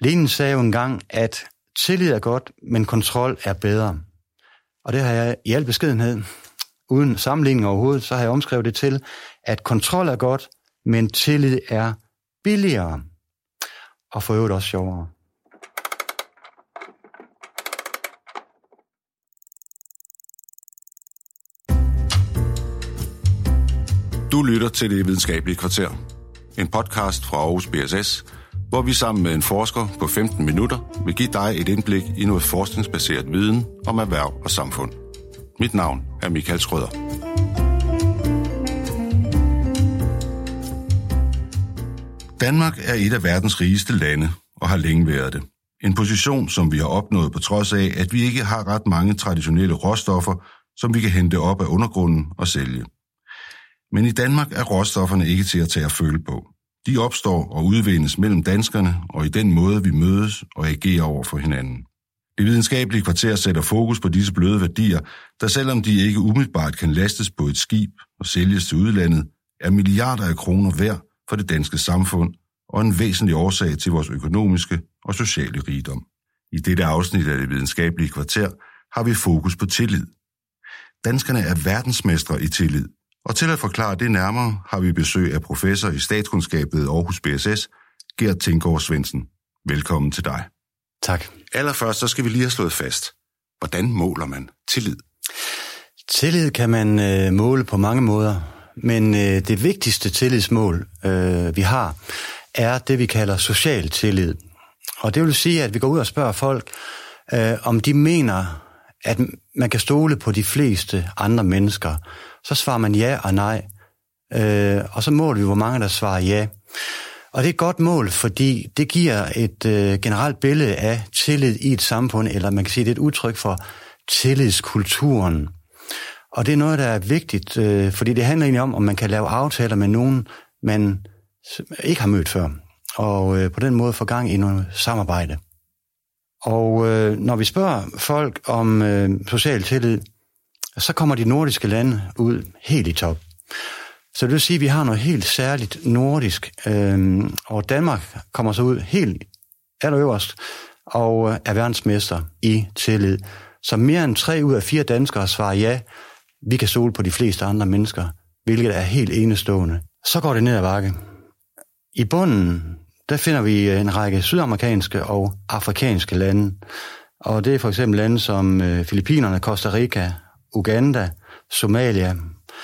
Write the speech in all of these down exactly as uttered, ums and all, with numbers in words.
Lenin sagde jo engang, at tillid er godt, men kontrol er bedre. Og det har jeg i al beskedenhed, uden sammenligning overhovedet, så har jeg omskrevet det til, at kontrol er godt, men tillid er billigere. Og for øvrigt også sjovere. Du lytter til Det Videnskabelige Kvarter, en podcast fra Aarhus B S S, hvor vi sammen med en forsker på femten minutter vil give dig et indblik i noget forskningsbaseret viden om erhverv og samfund. Mit navn er Michael Schrøder. Danmark er et af verdens rigeste lande og har længe været det. En position, som vi har opnået på trods af, at vi ikke har ret mange traditionelle råstoffer, som vi kan hente op af undergrunden og sælge. Men i Danmark er råstofferne ikke til at tage at føle på. De opstår og udvindes mellem danskerne og i den måde, vi mødes og agerer over for hinanden. Det videnskabelige kvarter sætter fokus på disse bløde værdier, der selvom de ikke umiddelbart kan lastes på et skib og sælges til udlandet, er milliarder af kroner værd for det danske samfund og en væsentlig årsag til vores økonomiske og sociale rigdom. I dette afsnit af Det Videnskabelige Kvarter har vi fokus på tillid. Danskerne er verdensmestre i tillid. Og til at forklare det nærmere, har vi besøg af professor i statskundskab ved Aarhus B S S, Gert Tinggaard Svendsen. Velkommen til dig. Tak. Allerførst så skal vi lige have slået fast. Hvordan måler man tillid? Tillid kan man øh, måle på mange måder, men øh, det vigtigste tillidsmål, øh, vi har, er det, vi kalder social tillid. Og det vil sige, at vi går ud og spørger folk, øh, om de mener, at man kan stole på de fleste andre mennesker. Så svarer man ja og nej, øh, og så måler vi, hvor mange der svarer ja. Og det er et godt mål, fordi det giver et øh, generelt billede af tillid i et samfund, eller man kan sige, det er et udtryk for tillidskulturen. Og det er noget, der er vigtigt, øh, fordi det handler egentlig om, om man kan lave aftaler med nogen, man ikke har mødt før, og øh, på den måde få gang i noget samarbejde. Og øh, når vi spørger folk om øh, social tillid, så kommer de nordiske lande ud helt i top. Så det vil sige, at vi har noget helt særligt nordisk, øh, og Danmark kommer så ud helt allerøverst og er verdensmester i tillid. Så mere end tre ud af fire danskere svarer ja, vi kan stole på de fleste andre mennesker, hvilket er helt enestående. Så går det ned ad bakke. I bunden, der finder vi en række sydamerikanske og afrikanske lande, og det er for eksempel lande som øh, Filippinerne, Costa Rica, Uganda, Somalia.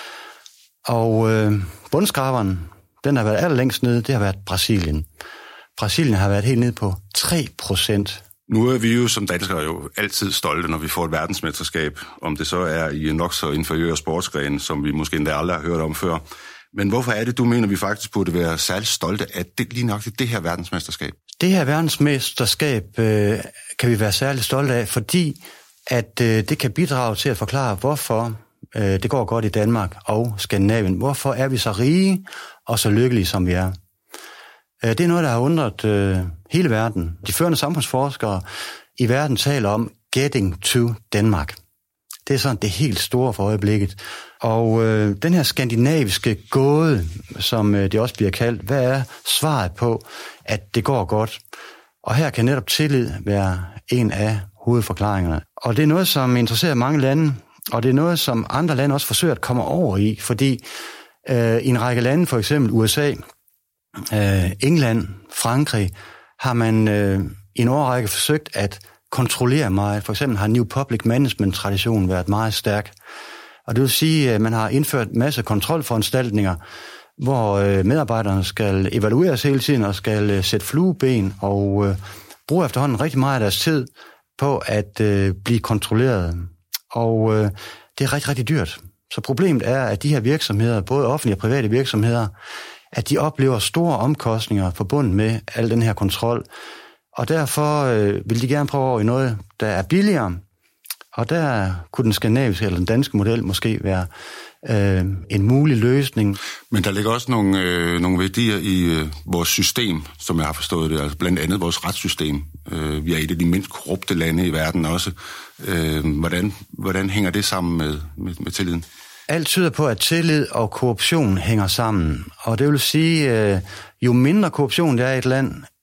Og øh, bundskraberen, den har været allerlængst nede, det har været Brasilien. Brasilien har været helt nede på tre procent. Nu er vi jo som danskere jo altid stolte, når vi får et verdensmesterskab, om det så er i en nok så inferiør sportsgren, som vi måske endda aldrig har hørt om før. Men hvorfor er det, du mener, vi faktisk burde være særligt stolte af det, lige nok det her verdensmesterskab? Det her verdensmesterskab øh, kan vi være særligt stolte af, fordi at øh, det kan bidrage til at forklare, hvorfor øh, det går godt i Danmark og Skandinavien. Hvorfor er vi så rige og så lykkelige, som vi er? Øh, det er noget, der har undret øh, hele verden. De førende samfundsforskere i verden taler om getting to Denmark. Det er sådan det helt store for øjeblikket. Og øh, den her skandinaviske gåde, som øh, det også bliver kaldt, hvad er svaret på, at det går godt? Og her kan netop tillid være en af hovedforklaringerne. Og det er noget, som interesserer mange lande, og det er noget, som andre lande også forsøger at komme over i, fordi øh, i en række lande, for eksempel U S A, øh, England, Frankrig, har man øh, i en årrække forsøgt at kontrollere meget. For eksempel har New Public Management-traditionen været meget stærk. Og det vil sige, at man har indført en masse kontrolforanstaltninger, hvor øh, medarbejderne skal evalueres hele tiden og skal øh, sætte flueben og øh, bruge efterhånden rigtig meget af deres tid på at øh, blive kontrolleret. Og øh, det er rigtig, rigtig dyrt. Så problemet er, at de her virksomheder, både offentlige og private virksomheder, at de oplever store omkostninger forbundet med al den her kontrol. Og derfor øh, vil de gerne prøve over i noget, der er billigere. Og der kunne den skandinaviske eller den danske model måske være øh, en mulig løsning. Men der ligger også nogle, øh, nogle værdier i øh, vores system, som jeg har forstået det, altså blandt andet vores retssystem. Øh, vi er et af de mindst korrupte lande i verden også. Øh, hvordan, hvordan hænger det sammen med, med, med tilliden? Alt tyder på, at tillid og korruption hænger sammen. Og det vil sige, øh, jo mindre korruption der er i et land,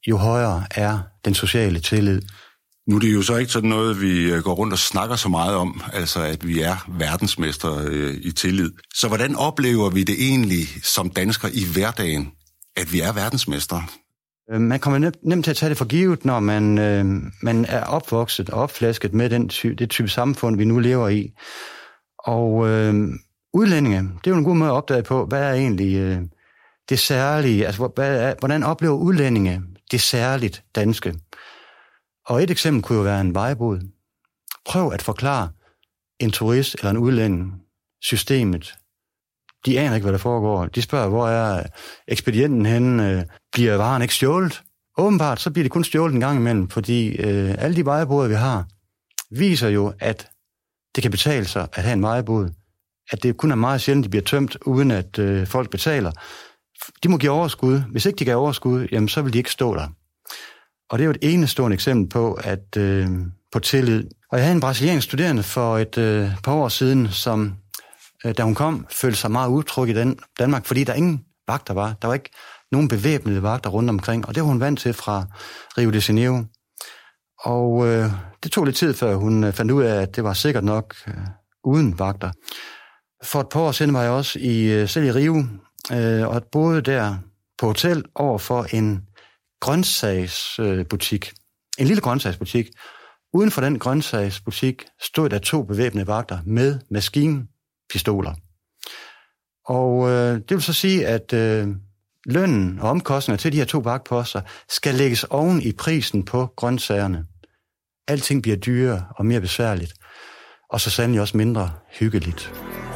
jo højere er den sociale tillid. Nu er det jo så ikke sådan noget, vi går rundt og snakker så meget om, altså at vi er verdensmestre øh, i tillid. Så hvordan oplever vi det egentlig som danskere i hverdagen, at vi er verdensmestre? Man kommer nemt, nemt til at tage det for givet, når man, øh, man er opvokset og opflasket med den ty, det type samfund, vi nu lever i. Og øh, udlændinge, det er jo en god måde at opdage på, hvad er egentlig øh, det særlige, altså hvad er, hvordan oplever udlændinge det særligt danske? Og et eksempel kunne jo være en vejbod. Prøv at forklare en turist eller en udlænding systemet. De aner ikke, hvad der foregår. De spørger, hvor er ekspedienten henne? Bliver varen ikke stjålet? Åbenbart, så bliver det kun stjålet en gang imellem, fordi øh, alle de vejboder, vi har, viser jo, at det kan betale sig at have en vejbod. At det kun er meget sjældent, de bliver tømt, uden at øh, folk betaler. De må give overskud. Hvis ikke de giver overskud, jamen, så vil de ikke stå der. Og det er jo et enestående eksempel på, at, øh, på tillid. Og jeg havde en brasiliansk studerende for et øh, par år siden, som, øh, da hun kom, følte sig meget utryg i den, Danmark, fordi der ingen vagter var. Der var ikke nogen bevæbnede vagter rundt omkring, og det var hun vant til fra Rio de Janeiro. Og øh, det tog lidt tid, før hun øh, fandt ud af, at det var sikkert nok øh, uden vagter. For et par år siden var jeg også i, øh, selv i Rio, øh, og boede der på hotel over for en grøntsagsbutik. En lille grøntsagsbutik. Uden for den grøntsagsbutik stod der to bevæbnede vagter med maskinpistoler. Og øh, det vil så sige, at øh, lønnen og omkostninger til de her to vagtposter skal lægges oven i prisen på grøntsagerne. Alting bliver dyrere og mere besværligt, og så sandelig også mindre hyggeligt.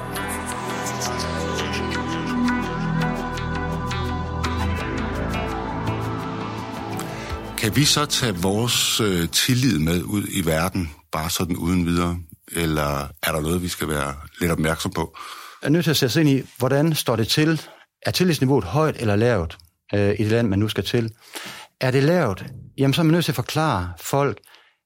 Kan vi så tage vores øh, tillid med ud i verden, bare sådan uden videre? Eller er der noget, vi skal være lidt opmærksom på? Jeg er nødt til at sætte sig ind i, hvordan står det til? Er tillidsniveauet højt eller lavt øh, i det land, man nu skal til? Er det lavt? Jamen, så er man nødt til at forklare folk,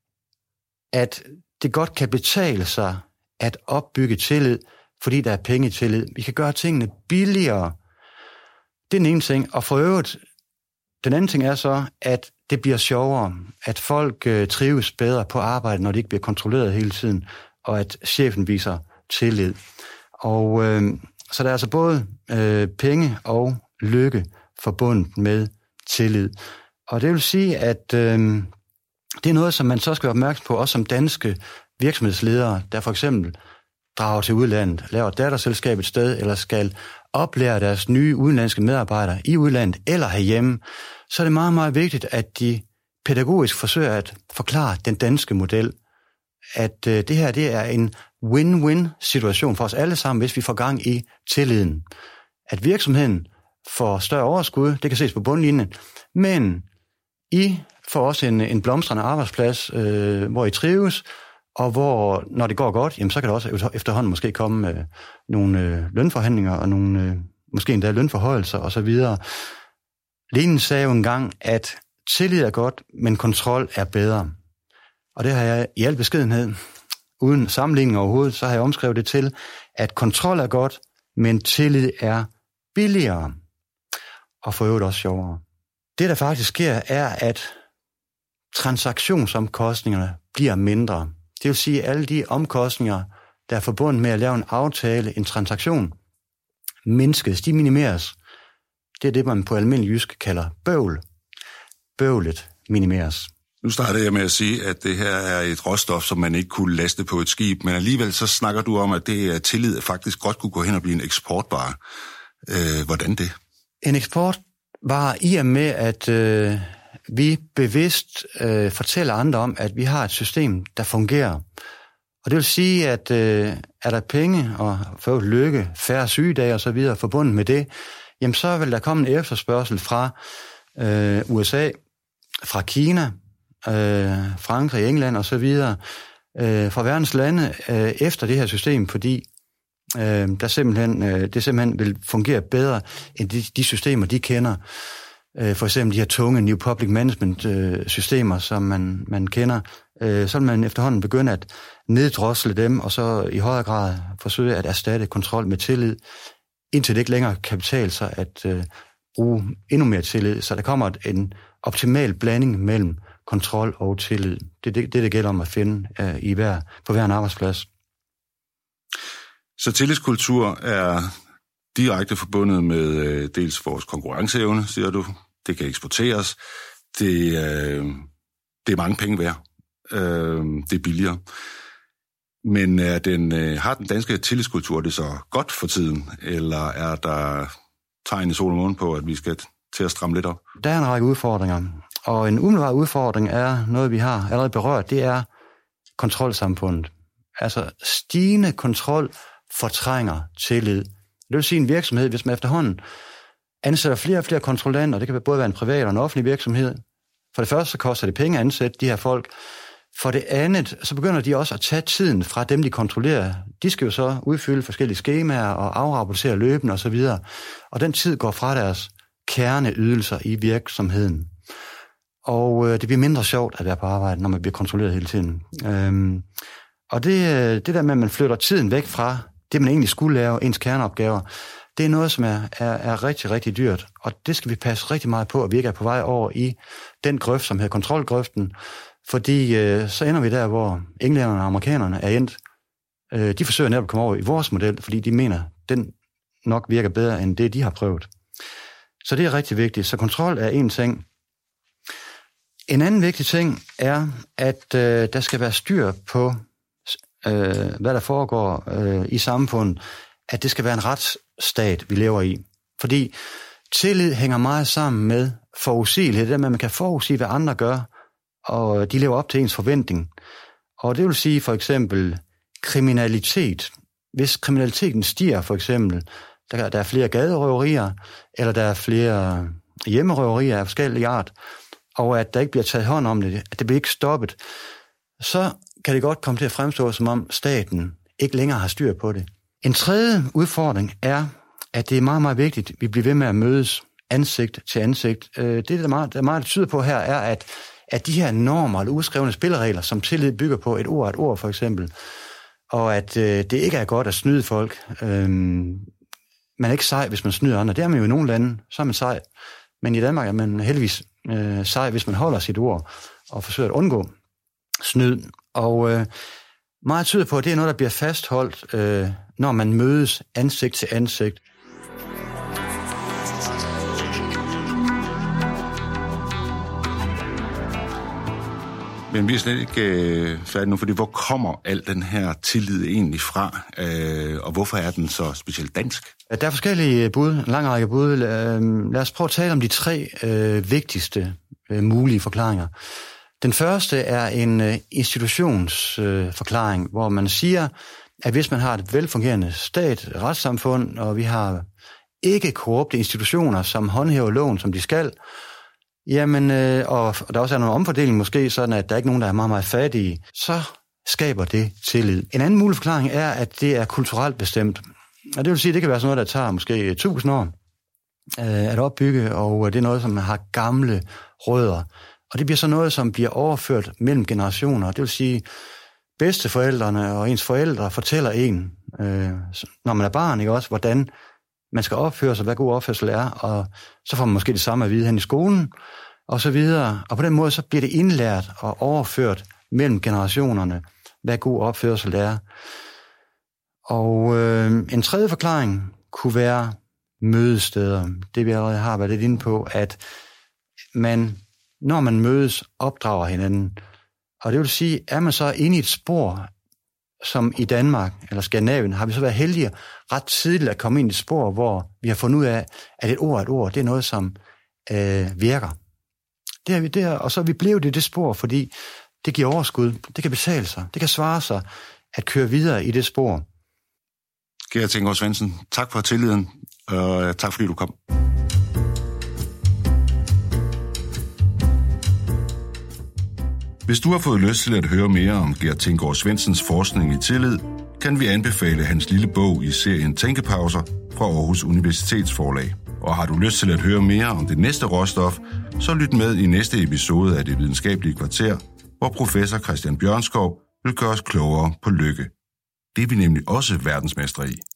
at det godt kan betale sig at opbygge tillid, fordi der er penge i tillid. Vi kan gøre tingene billigere. Det er den ene ting. Og for øvrigt, den anden ting er så, at det bliver sjovere, at folk øh, trives bedre på arbejde, når de ikke bliver kontrolleret hele tiden, og at chefen viser tillid. Og øh, så der er altså både øh, penge og lykke forbundet med tillid. Og det vil sige, at øh, det er noget, som man så skal være opmærksom på, også som danske virksomhedsledere, der for eksempel drager til udlandet, laver et datterselskab et sted, eller skal oplære deres nye udenlandske medarbejdere i udlandet eller herhjemme, så er det meget, meget vigtigt, at de pædagogisk forsøger at forklare den danske model, at øh, det her det er en win-win-situation for os alle sammen, hvis vi får gang i tilliden. At virksomheden får større overskud, det kan ses på bundlinjen, men I får også en, en blomstrende arbejdsplads, øh, hvor I trives, og hvor, når det går godt, jamen, så kan der også efterhånden måske komme øh, nogle øh, lønforhandlinger, og nogle, øh, måske endda lønforhøjelser osv. Lenin sagde jo engang, at tillid er godt, men kontrol er bedre. Og det har jeg i al beskedenhed, uden sammenligning overhovedet, så har jeg omskrevet det til, at kontrol er godt, men tillid er billigere, og for øvrigt også sjovere. Det, der faktisk sker, er, at transaktionsomkostningerne bliver mindre. Det vil sige, at alle de omkostninger, der er forbundet med at lave en aftale, en transaktion, mindskes, de minimeres. Det er det, man på almindelig jysk kalder bøvl. Bøvlet minimeres. Nu startede jeg med at sige, at det her er et råstof, som man ikke kunne laste på et skib, men alligevel så snakker du om, at det er tillid faktisk godt kunne gå hen og blive en eksportvare. Øh, hvordan det? En eksportvare i og med, at øh, vi bevidst øh, fortæller andre om, at vi har et system, der fungerer. Og det vil sige, at øh, er der penge og for lykke, færre sygedage og så videre forbundet med det, jamen så vil der komme en efterspørgsel fra øh, U S A, fra Kina, øh, Frankrig, England og så videre, øh, fra verdens lande øh, efter det her system, fordi øh, der simpelthen, øh, det simpelthen vil fungere bedre end de, de systemer, de kender. Øh, for eksempel de her tunge New Public Management øh, systemer, som man, man kender. Øh, så vil man efterhånden begynde at neddrosle dem, og så i højere grad forsøge at erstatte kontrol med tillid, indtil det ikke længere kan betale sig at øh, bruge endnu mere tillid. Så der kommer en optimal blanding mellem kontrol og tillid. Det er det, det, det gælder om at finde uh, i hver, på hver en arbejdsplads. Så tillidskultur er direkte forbundet med øh, dels vores konkurrenceevne, siger du. Det kan eksporteres. Det, øh, det er mange penge værd. Øh, det er billigere. Men er den, øh, har den danske tillidskultur det så godt for tiden? Eller er der tegn i sol og måne på, at vi skal til at stramme lidt op? Der er en række udfordringer. Og en umiddelbar udfordring er noget, vi har allerede berørt. Det er kontrolsamfundet. Altså stigende kontrol fortrænger tillid. Det vil sige en virksomhed, hvis man efterhånden ansætter flere og flere kontrollanter, det kan både være en privat og en offentlig virksomhed. For det første så koster det penge at ansætte de her folk. For det andet, så begynder de også at tage tiden fra dem, de kontrollerer. De skal jo så udfylde forskellige skemaer og afrapportere løbende osv. Og den tid går fra deres kerneydelser i virksomheden. Og øh, det bliver mindre sjovt at være på arbejde, når man bliver kontrolleret hele tiden. Øhm, og det, det der med, at man flytter tiden væk fra det, man egentlig skulle lave, ens kerneopgaver, det er noget, som er, er, er rigtig, rigtig dyrt. Og det skal vi passe rigtig meget på, at vi ikke er på vej over i den grøft, som hedder kontrolgrøften. Fordi øh, så ender vi der, hvor englænderne og amerikanerne er endt. Øh, de forsøger netop at komme over i vores model, fordi de mener, den nok virker bedre, end det, de har prøvet. Så det er rigtig vigtigt. Så kontrol er en ting. En anden vigtig ting er, at øh, der skal være styr på, øh, hvad der foregår øh, i samfundet. At det skal være en retsstat, vi lever i. Fordi tillid hænger meget sammen med forudsigelighed. Det der med, at man kan forudsige, hvad andre gør, og de lever op til ens forventning. Og det vil sige for eksempel kriminalitet. Hvis kriminaliteten stiger for eksempel, der, der er flere gaderøverier, eller der er flere hjemmerøverier af forskellige art, og at der ikke bliver taget hånd om det, at det bliver ikke stoppet, så kan det godt komme til at fremstå, som om staten ikke længere har styr på det. En tredje udfordring er, at det er meget, meget vigtigt, at vi bliver ved med at mødes ansigt til ansigt. Det, der meget, der meget tyder på her, er, at, at de her normer eller udskrevne spilleregler, som tillid bygger på et ord et ord for eksempel, og at øh, det ikke er godt at snyde folk. Øhm, man er ikke sej, hvis man snyder andre. Det er man jo i nogle lande, så er man sej. Men i Danmark er man heldigvis øh, sej, hvis man holder sit ord og forsøger at undgå snyd. Og øh, meget tyder på, at det er noget, der bliver fastholdt, øh, når man mødes ansigt til ansigt. Men vi er slet ikke øh, færdige nu, fordi hvor kommer al den her tillid egentlig fra, øh, og hvorfor er den så specielt dansk? Der er forskellige bud, en lang række bud. Lad os prøve at tale om de tre øh, vigtigste øh, mulige forklaringer. Den første er en øh, institutionsforklaring, øh, hvor man siger, at hvis man har et velfungerende stat, retssamfund, og vi har ikke korrupte institutioner, som håndhæver loven, som de skal, jamen, øh, og der også er nogle omfordeling måske, sådan at der er ikke nogen, der er meget, meget fattige, så skaber det tillid. En anden mulig forklaring er, at det er kulturelt bestemt. Og det vil sige, at det kan være sådan noget, der tager måske tusind år øh, at opbygge, og det er noget, som har gamle rødder. Og det bliver så noget, som bliver overført mellem generationer. Det vil sige, bedsteforældrene og ens forældre fortæller en, øh, når man er barn, ikke også, hvordan man skal opføre sig, hvad god opførsel er, og så får man måske det samme at vide hen i skolen, og så videre. Og på den måde, så bliver det indlært og overført mellem generationerne, hvad god opførsel er. Og øh, en tredje forklaring kunne være mødesteder. Det vi allerede har været lidt inde på, at man, når man mødes, opdrager hinanden. Og det vil sige, er man så inde i et spor, som i Danmark eller Skandinavien, har vi så været heldige ret tidligt at komme ind i et spor, hvor vi har fundet ud af, at et ord er et ord, det er noget, som øh, virker. Det er vi der, og så er vi blevet i det spor, fordi det giver overskud, det kan betale sig, det kan svare sig at køre videre i det spor. Gert Tinggaard Svendsen, tak for tilliden, og tak fordi du kom. Hvis du har fået lyst til at høre mere om Gert Tinggaard Svendsens forskning i tillid, kan vi anbefale hans lille bog i serien Tænkepauser fra Aarhus Universitetsforlag. Og har du lyst til at høre mere om det næste råstof, så lyt med i næste episode af Det Videnskabelige Kvarter, hvor professor Christian Bjørnskov vil gøre os klogere på lykke. Det er vi nemlig også verdensmestre i.